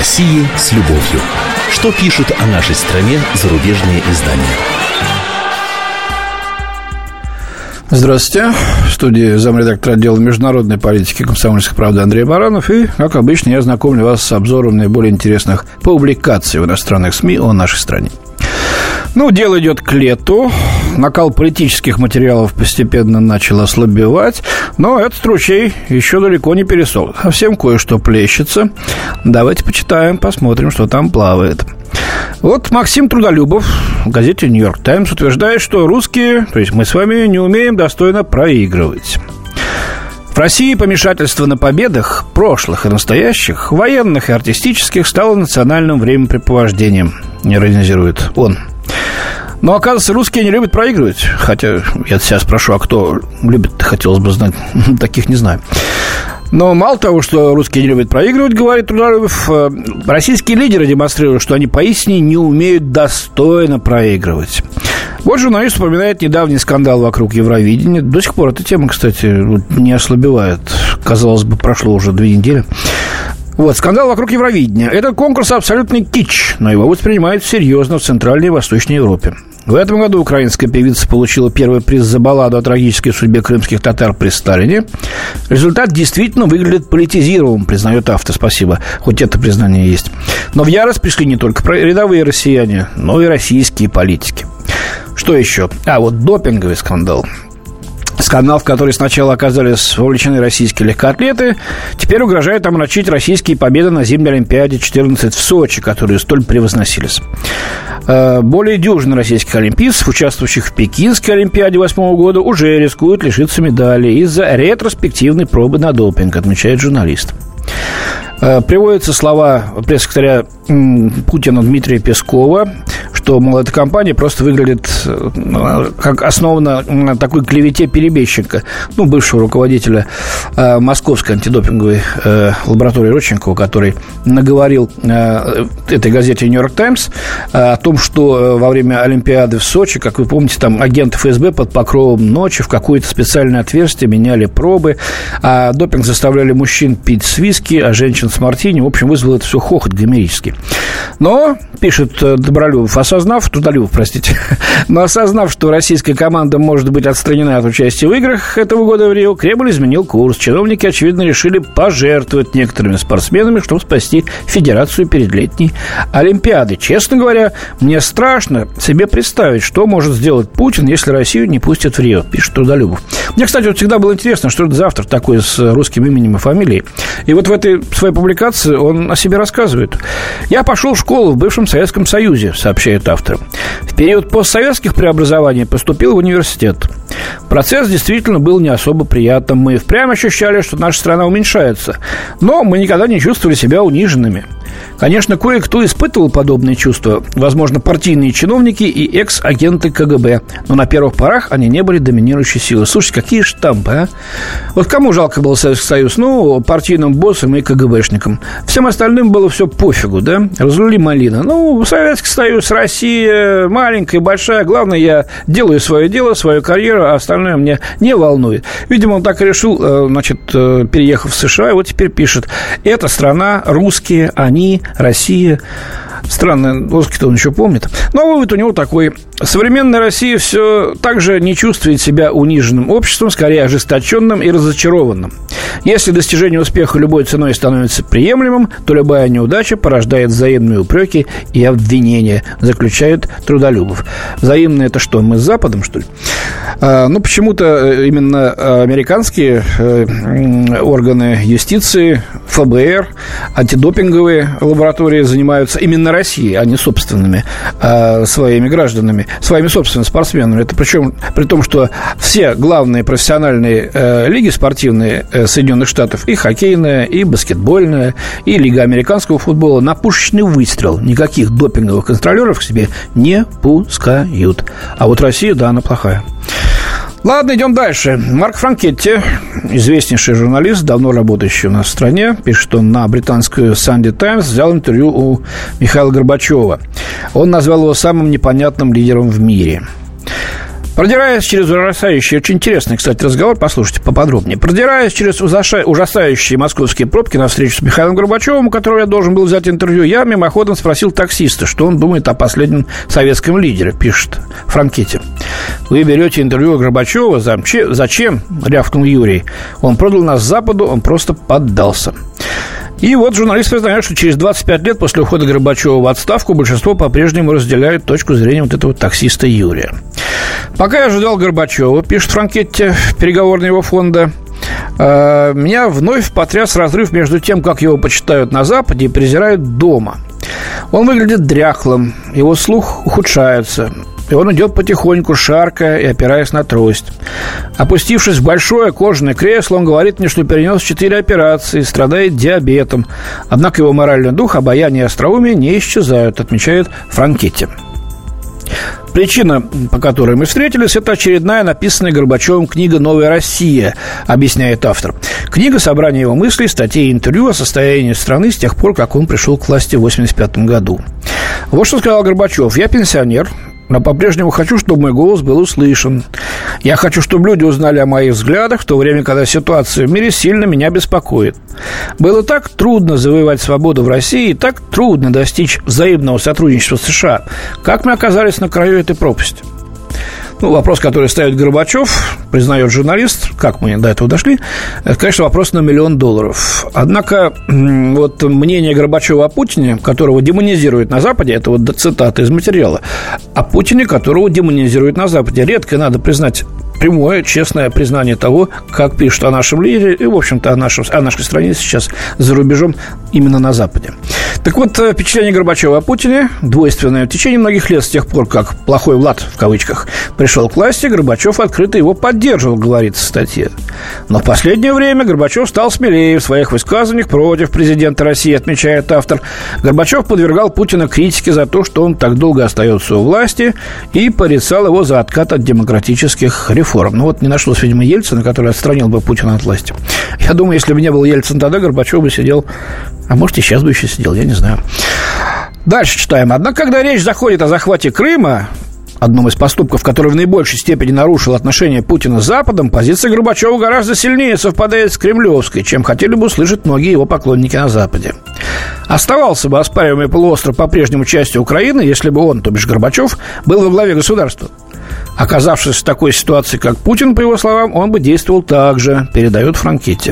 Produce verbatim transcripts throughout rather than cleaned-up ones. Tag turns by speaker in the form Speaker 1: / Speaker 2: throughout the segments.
Speaker 1: России с любовью. Что пишут о нашей стране зарубежные издания?
Speaker 2: Здравствуйте. В студии замредактора отдела международной политики «Комсомольской правды» Андрей Баранов. И, как обычно, я знакомлю вас с обзором наиболее интересных публикаций в иностранных СМИ о нашей стране. Ну, дело идет к лету. Накал политических материалов постепенно начал ослабевать. Но этот ручей еще далеко не пересох. Совсем кое-что плещется. Давайте почитаем, посмотрим, что там плавает. Вот Максим Трудолюбов в газете «Нью-Йорк Таймс» утверждает, что русские, то есть мы с вами, не умеем достойно проигрывать. В России помешательство на победах, прошлых и настоящих, военных и артистических, стало национальным времяпрепровождением, иронизирует он. Но, оказывается, русские не любят проигрывать. Хотя я сейчас спрошу, а кто любит, хотелось бы знать. Таких не знаю. Но мало того, что русские не любят проигрывать, говорит Трудолюбов, российские лидеры демонстрируют, что они поистине не умеют достойно проигрывать. Вот журналист вспоминает недавний скандал вокруг Евровидения. До сих пор эта тема, кстати, не ослабевает. Казалось бы, прошло уже две недели. Вот, скандал вокруг Евровидения. Этот конкурс абсолютный кич, но его воспринимают серьезно в Центральной и Восточной Европе. В этом году украинская певица получила первый приз за балладу о трагической судьбе крымских татар при Сталине. Результат действительно выглядит политизированным, признает автор, спасибо, хоть это признание есть. Но в ярость пришли не только рядовые россияне, но и российские политики. Что еще? А, вот допинговый скандал. Скандал, в который сначала оказались вовлечены российские легкоатлеты, теперь угрожает омрачить российские победы на зимней Олимпиаде четырнадцать в Сочи, которые столь превозносились. Более дюжины российских олимпийцев, участвующих в Пекинской Олимпиаде восьмого года, уже рискуют лишиться медали из-за ретроспективной пробы на допинг, отмечает журналист. Приводятся слова пресс-секретаря Путина Дмитрия Пескова, что, мол, эта компания просто выглядит как основана на такой клевете перебежчика, ну, бывшего руководителя э, московской антидопинговой э, лаборатории Родченкова, который наговорил э, этой газете «Нью-Йорк Таймс» э, о том, что э, во время Олимпиады в Сочи, как вы помните, там агенты эф эс бэ под покровом ночи в какое-то специальное отверстие меняли пробы, а допинг заставляли мужчин пить с виски, а женщин с мартини. В общем, вызвало это все хохот гомерический. Но, пишет Добролюбов, осознав, Трудолюбов, простите, но осознав, что российская команда может быть отстранена от участия в играх этого года в Рио, Кремль изменил курс. Чиновники, очевидно, решили пожертвовать некоторыми спортсменами, чтобы спасти федерацию перед летней Олимпиадой. Честно говоря, мне страшно себе представить, что может сделать Путин, если Россию не пустят в Рио, пишет Трудолюбов. Мне, кстати, вот всегда было интересно, что это за автор такой с русским именем и фамилией. И вот в этой своей публикации он о себе рассказывает. «Я пошел в школу в бывшем Советском Союзе», сообщает автор. «В период постсоветских преобразований поступил в университет. Процесс действительно был не особо приятным. Мы впрямь ощущали, что наша страна уменьшается. Но мы никогда не чувствовали себя униженными. Конечно, кое-кто испытывал подобные чувства. Возможно, партийные чиновники и экс-агенты ка гэ бэ. Но на первых порах они не были доминирующей силой». Слушайте, какие штампы, а? Вот кому жалко был Советский Союз? Ну, партийным боссам и ка гэ бэшникам. Всем остальным было все пофигу, да? Разлили малина. Ну, Советский Союз, Россия, маленькая, большая. Главное, я делаю свое дело, свою карьеру, а остальное мне не волнует. Видимо, он так и решил, значит, переехав в США, и вот теперь пишет: «Эта страна, русские, они, Россия». Странно, русский-то он еще помнит. Но вывод у него такой: современная Россия все так же не чувствует себя униженным обществом, скорее ожесточенным и разочарованным. Если достижение успеха любой ценой становится приемлемым, то любая неудача порождает взаимные упреки и обвинения, заключает Трудолюбов. Взаимное — это что, мы с Западом, что ли? А, ну, почему-то именно американские э, органы юстиции, эф бэ эр, антидопинговые лаборатории занимаются именно России, а не собственными э, своими гражданами, своими собственными спортсменами. Это причем при том, что все главные профессиональные э, лиги спортивные э, Соединенных Штатов, и хоккейная, и баскетбольная, и Лига американского футбола, на пушечный выстрел никаких допинговых контролеров к себе не пускают. А вот Россия, да, она плохая. Ладно, идем дальше. Марк Франкетти, известнейший журналист, давно работающий у нас в стране, пишет, что на британскую Sunday Times взял интервью у Михаила Горбачева. Он назвал его самым непонятным лидером в мире. Продираясь через ужасающие, очень интересный, кстати, разговор, послушайте поподробнее. Продираясь через ужасающие московские пробки на встречу с Михаилом Горбачевым, у которого я должен был взять интервью, я мимоходом спросил таксиста, что он думает о последнем советском лидере, пишет Франкетти. Вы берете интервью у Горбачева, зачем? Рявкнул Юрий. Он продал нас Западу, он просто поддался. И вот журналист признает, что через двадцать пять лет после ухода Горбачева в отставку большинство по-прежнему разделяют точку зрения вот этого таксиста Юрия. Пока я ожидал Горбачева, пишет Франкетти, переговорного его фонда, э, меня вновь потряс разрыв между тем, как его почитают на Западе и презирают дома. Он выглядит дряхлым, его слух ухудшается, и он идет потихоньку, шаркая и опираясь на трость. Опустившись в большое кожаное кресло, он говорит мне, что перенес четыре операции, страдает диабетом. Однако его моральный дух, обаяние и остроумие не исчезают, отмечает Франкетти. Причина, по которой мы встретились, это очередная написанная Горбачевым книга «Новая Россия», объясняет автор. Книга – собрание его мыслей, статей и интервью о состоянии страны с тех пор, как он пришел к власти в восемьдесят пятом году. Вот что сказал Горбачев. «Я пенсионер, но по-прежнему хочу, чтобы мой голос был услышан. Я хочу, чтобы люди узнали о моих взглядах в то время, когда ситуация в мире сильно меня беспокоит. Было так трудно завоевать свободу в России и так трудно достичь взаимного сотрудничества с США. Как мы оказались на краю этой пропасти?» Ну, вопрос, который ставит Горбачев, признает журналист, как мы до этого дошли, это, конечно, вопрос на миллион долларов. Однако, вот мнение Горбачева о Путине, которого демонизируют на Западе, это вот цитата из материала, о Путине, которого демонизируют на Западе, редко, надо признать, прямое, честное признание того, как пишут о нашем лидере и, в общем-то, о, нашем, о нашей стране сейчас за рубежом, именно на Западе. Так вот, впечатление Горбачева о Путине двойственное. В течение многих лет, с тех пор, как «плохой Влад», в кавычках, пришел к власти, Горбачев открыто его поддерживал, говорится в статье. Но в последнее время Горбачев стал смелее в своих высказываниях против президента России, отмечает автор. Горбачев подвергал Путина критике за то, что он так долго остается у власти, и порицал его за откат от демократических реформ. Ну вот не нашлось, видимо, Ельцина, который отстранил бы Путина от власти. Я думаю, если бы не был Ельцин тогда, Горбачев бы сидел, а может и сейчас бы еще сидел, я не знаю. Дальше читаем. Однако, когда речь заходит о захвате Крыма, одном из поступков, который в наибольшей степени нарушил отношения Путина с Западом, позиция Горбачева гораздо сильнее совпадает с кремлевской, чем хотели бы услышать многие его поклонники на Западе. Оставался бы оспариваемый полуостров по-прежнему частью Украины, если бы он, то бишь Горбачев, был во главе государства. Оказавшись в такой ситуации, как Путин, по его словам, он бы действовал так же, передает Франкетти.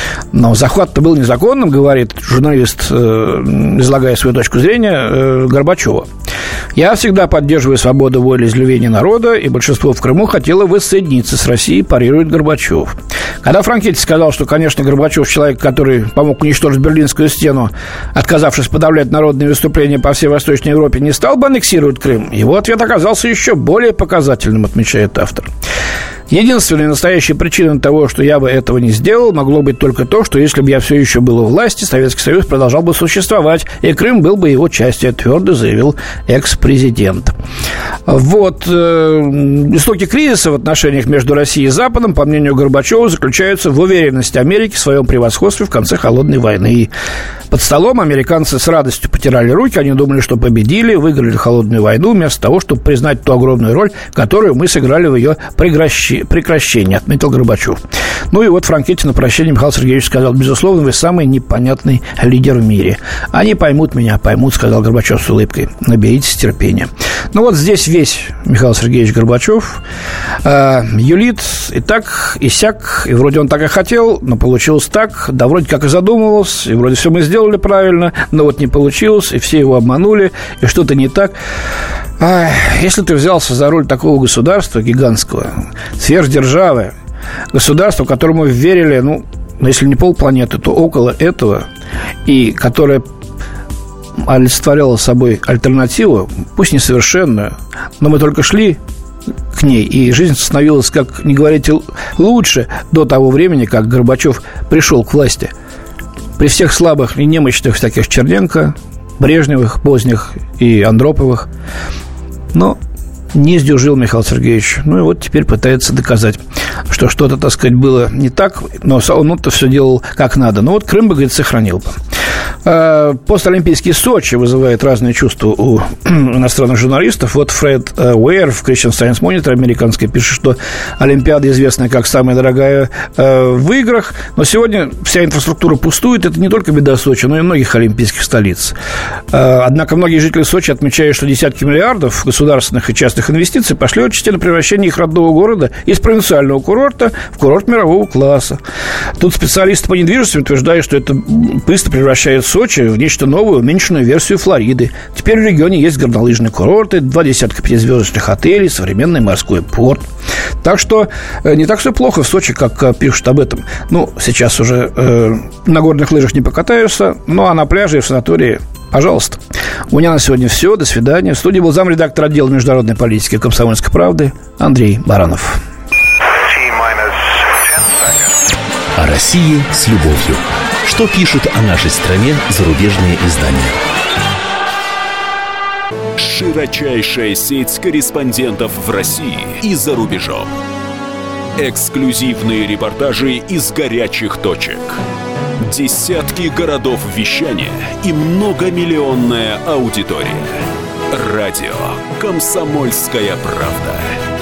Speaker 2: Но захват-то был незаконным, говорит журналист, э, излагая свою точку зрения, э, Горбачева. «Я всегда поддерживаю свободу волеизъявления народа, и большинство в Крыму хотело воссоединиться с Россией», парирует Горбачев. Когда Франкетти сказал, что, конечно, Горбачев человек, который помог уничтожить Берлинскую стену, отказавшись подавлять народные выступления по всей Восточной Европе, не стал бы аннексировать Крым, его ответ оказался еще более показательным, отмечает автор. Единственной настоящей причиной того, что я бы этого не сделал, могло быть только то, что если бы я все еще был у власти, Советский Союз продолжал бы существовать, и Крым был бы его частью, твердо заявил экс-президент. Вот. Э, истоки кризиса в отношениях между Россией и Западом, по мнению Горбачева, заключаются в уверенности Америки в своем превосходстве в конце Холодной войны. Под столом американцы с радостью потирали руки, они думали, что победили, выиграли Холодную войну, вместо того, чтобы признать ту огромную роль, которую мы сыграли в ее прекращении. прекращение, отметил Горбачев. Ну и вот Франкетти на прощание Михаил Сергеевич сказал: безусловно, вы самый непонятный лидер в мире. Они поймут меня, поймут, сказал Горбачев с улыбкой. Наберитесь терпения. Ну вот здесь весь Михаил Сергеевич Горбачев э, юлит и так, и сяк, и вроде он так и хотел, но получилось так, да вроде как и задумывался, и вроде все мы сделали правильно, но вот не получилось, и все его обманули, и что-то не так. А, если ты взялся за роль такого государства гигантского, сверхдержавы, государства, которому верили, ну, если не полпланеты, то около этого, и которое олицетворяло собой альтернативу, пусть несовершенную, но мы только шли к ней, и жизнь становилась, как не говорите, лучше до того времени, как Горбачев пришел к власти. При всех слабых и немощных таких Черненко, Брежневых, Поздних и Андроповых. Но не сдюжил Михаил Сергеевич. Ну и вот теперь пытается доказать, что что-то, так сказать, было не так, но он-то все делал как надо. Но вот Крым бы, говорит, сохранил бы. Постолимпийский Сочи вызывает разные чувства у иностранных журналистов. Вот Фред Уэйр в Christian Science Monitor американской пишет, что Олимпиада известна как самая дорогая в играх, но сегодня вся инфраструктура пустует. Это не только беда Сочи, но и многих олимпийских столиц. Однако многие жители Сочи отмечают, что десятки миллиардов государственных и частных инвестиций пошли отчасти на превращение их родного города из провинциального курорта в курорт мирового класса. Тут специалисты по недвижимости утверждают, что это быстро превращает Сочи в нечто новое, уменьшенную версию Флориды. Теперь в регионе есть горнолыжные курорты, два десятка пятизвездочных отелей, современный морской порт. Так что не так все плохо в Сочи, как пишут об этом. Ну, сейчас уже э, на горных лыжах не покатаешься, ну, а на пляже и в санатории пожалуйста. У меня на сегодня все. До свидания. В студии был замредактор отдела международной политики «Комсомольской правды» Андрей Баранов.
Speaker 1: О России с любовью. Что пишут о нашей стране зарубежные издания?
Speaker 3: Широчайшая сеть корреспондентов в России и за рубежом. Эксклюзивные репортажи из горячих точек. Десятки городов вещания и многомиллионная аудитория. Радио «Комсомольская правда».